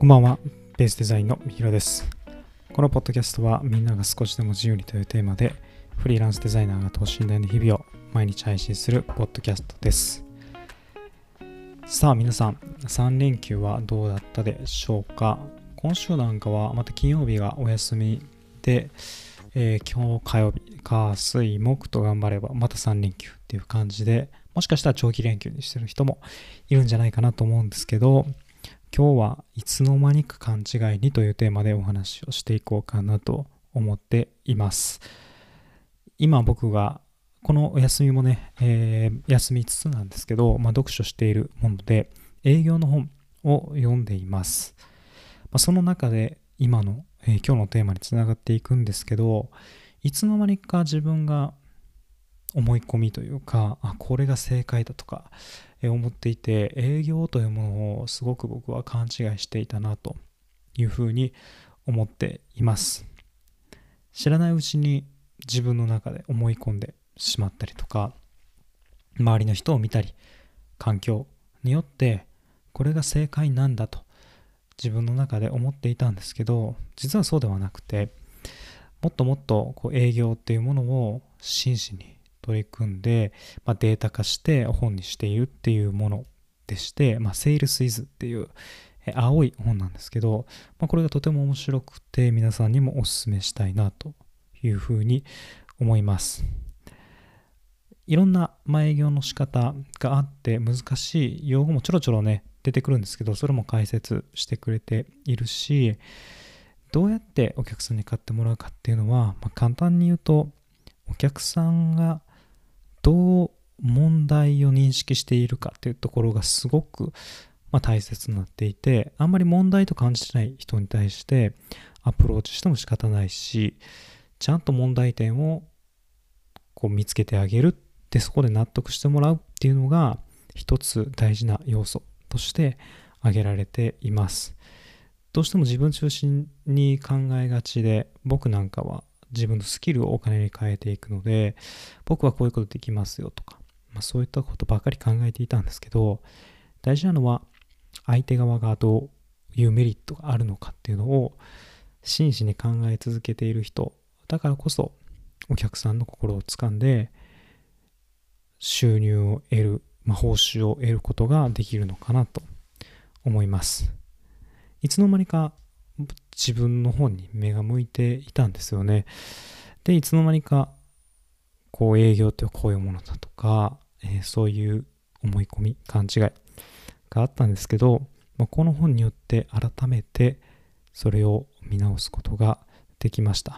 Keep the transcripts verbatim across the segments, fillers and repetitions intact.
こんばんは、ベースデザインのみひろです。このポッドキャストはみんなが少しでも自由にというテーマでフリーランスデザイナーが等身大の日々を毎日配信するポッドキャストです。さあ皆さん、さん連休はどうだったでしょうか。今週なんかはまた金曜日がお休みで、えー、今日火曜日、火水木と頑張ればまたさん連休っていう感じで、もしかしたら長期連休にしてる人もいるんじゃないかなと思うんですけど、今日はいつの間にか勘違いにというテーマでお話をしていこうかなと思っています。今僕がこのお休みもね、えー、休みつつなんですけど、まあ、読書しているもので営業の本を読んでいます。まあ、その中で今の、えー、今日のテーマにつながっていくんですけど、いつの間にか自分が思い込みというか、あ、これが正解だとか思っていて、営業というものをすごく僕は勘違いしていたなというふうに思っています。知らないうちに自分の中で思い込んでしまったりとか、周りの人を見たり環境によってこれが正解なんだと自分の中で思っていたんですけど、実はそうではなくて、もっともっとこう営業っていうものを真摯に取り組んで、まあ、データ化して本にしているっていうものでして、まあ、セールスイズっていう青い本なんですけど、まあ、これがとても面白くて皆さんにもお勧めしたいなというふうに思います。いろんな営業の仕方があって難しい用語もちょろちょろね出てくるんですけど、それも解説してくれているし、どうやってお客さんに買ってもらうかっていうのは、まあ、簡単に言うとお客さんがどう問題を認識しているかっていうところがすごく、まあ、大切になっていて、あんまり問題と感じてない人に対してアプローチしても仕方ないし、ちゃんと問題点をこう見つけてあげる、でそこで納得してもらうっていうのが一つ大事な要素として挙げられています。どうしても自分中心に考えがちで、僕なんかは自分のスキルをお金に変えていくので、僕はこういうことできますよとか、まあ、そういったことばかり考えていたんですけど、大事なのは相手側がどういうメリットがあるのかっていうのを真摯に考え続けている人だからこそ、お客さんの心を掴んで収入を得る、まあ、報酬を得ることができるのかなと思います。いつの間にか自分の方に目が向いていたんですよね。で、いつの間にかこう営業ってこういうものだとか、えー、そういう思い込み、勘違いがあったんですけど、まあ、この本によって改めてそれを見直すことができました。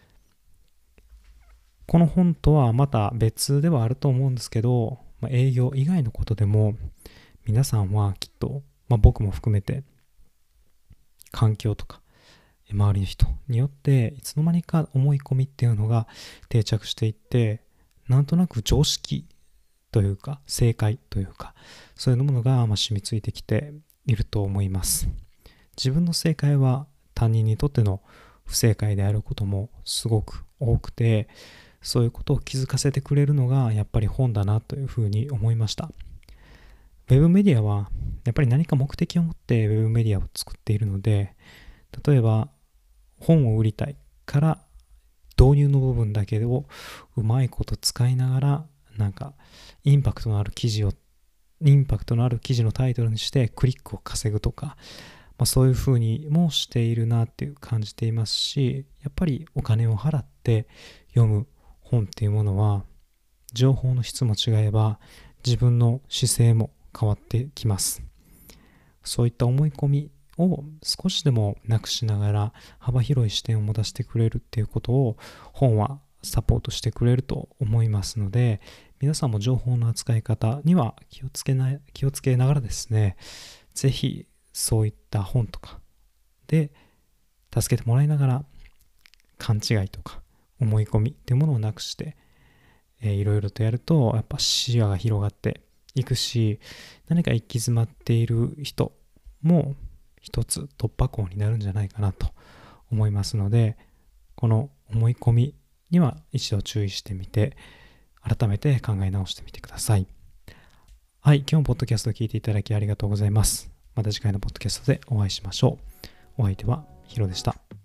この本とはまた別ではあると思うんですけど、まあ、営業以外のことでも皆さんはきっと、まあ、僕も含めて環境とか周りの人によっていつの間にか思い込みっていうのが定着していって、なんとなく常識というか正解というかそういうものがまあ染みついてきていると思います。自分の正解は他人にとっての不正解であることもすごく多くて、そういうことを気づかせてくれるのがやっぱり本だなというふうに思いました。ウェブメディアはやっぱり何か目的を持ってウェブメディアを作っているので、例えば本を売りたいから導入の部分だけをうまいこと使いながら、なんかインパクトのある記事をインパクトのある記事のタイトルにしてクリックを稼ぐとか、まあ、そういうふうにもしているなっていう感じていますし、やっぱりお金を払って読む本っていうものは情報の質も違えば自分の姿勢も変わってきます。そういった思い込みを少しでもなくしながら幅広い視点を持たせてくれるっていうことを本はサポートしてくれると思いますので、皆さんも情報の扱い方には気をつけな、気をつけながらですね、ぜひそういった本とかで助けてもらいながら勘違いとか思い込みっていうものをなくして、えー、いろいろとやるとやっぱ視野が広がっていくし、何か行き詰まっている人も一つ突破口になるんじゃないかなと思いますので、この思い込みには一度注意してみて、改めて考え直してみてください。はい、今日もポッドキャストを聞いていただきありがとうございます。 また次回のポッドキャストでお会いしましょう。お相手はヒロでした。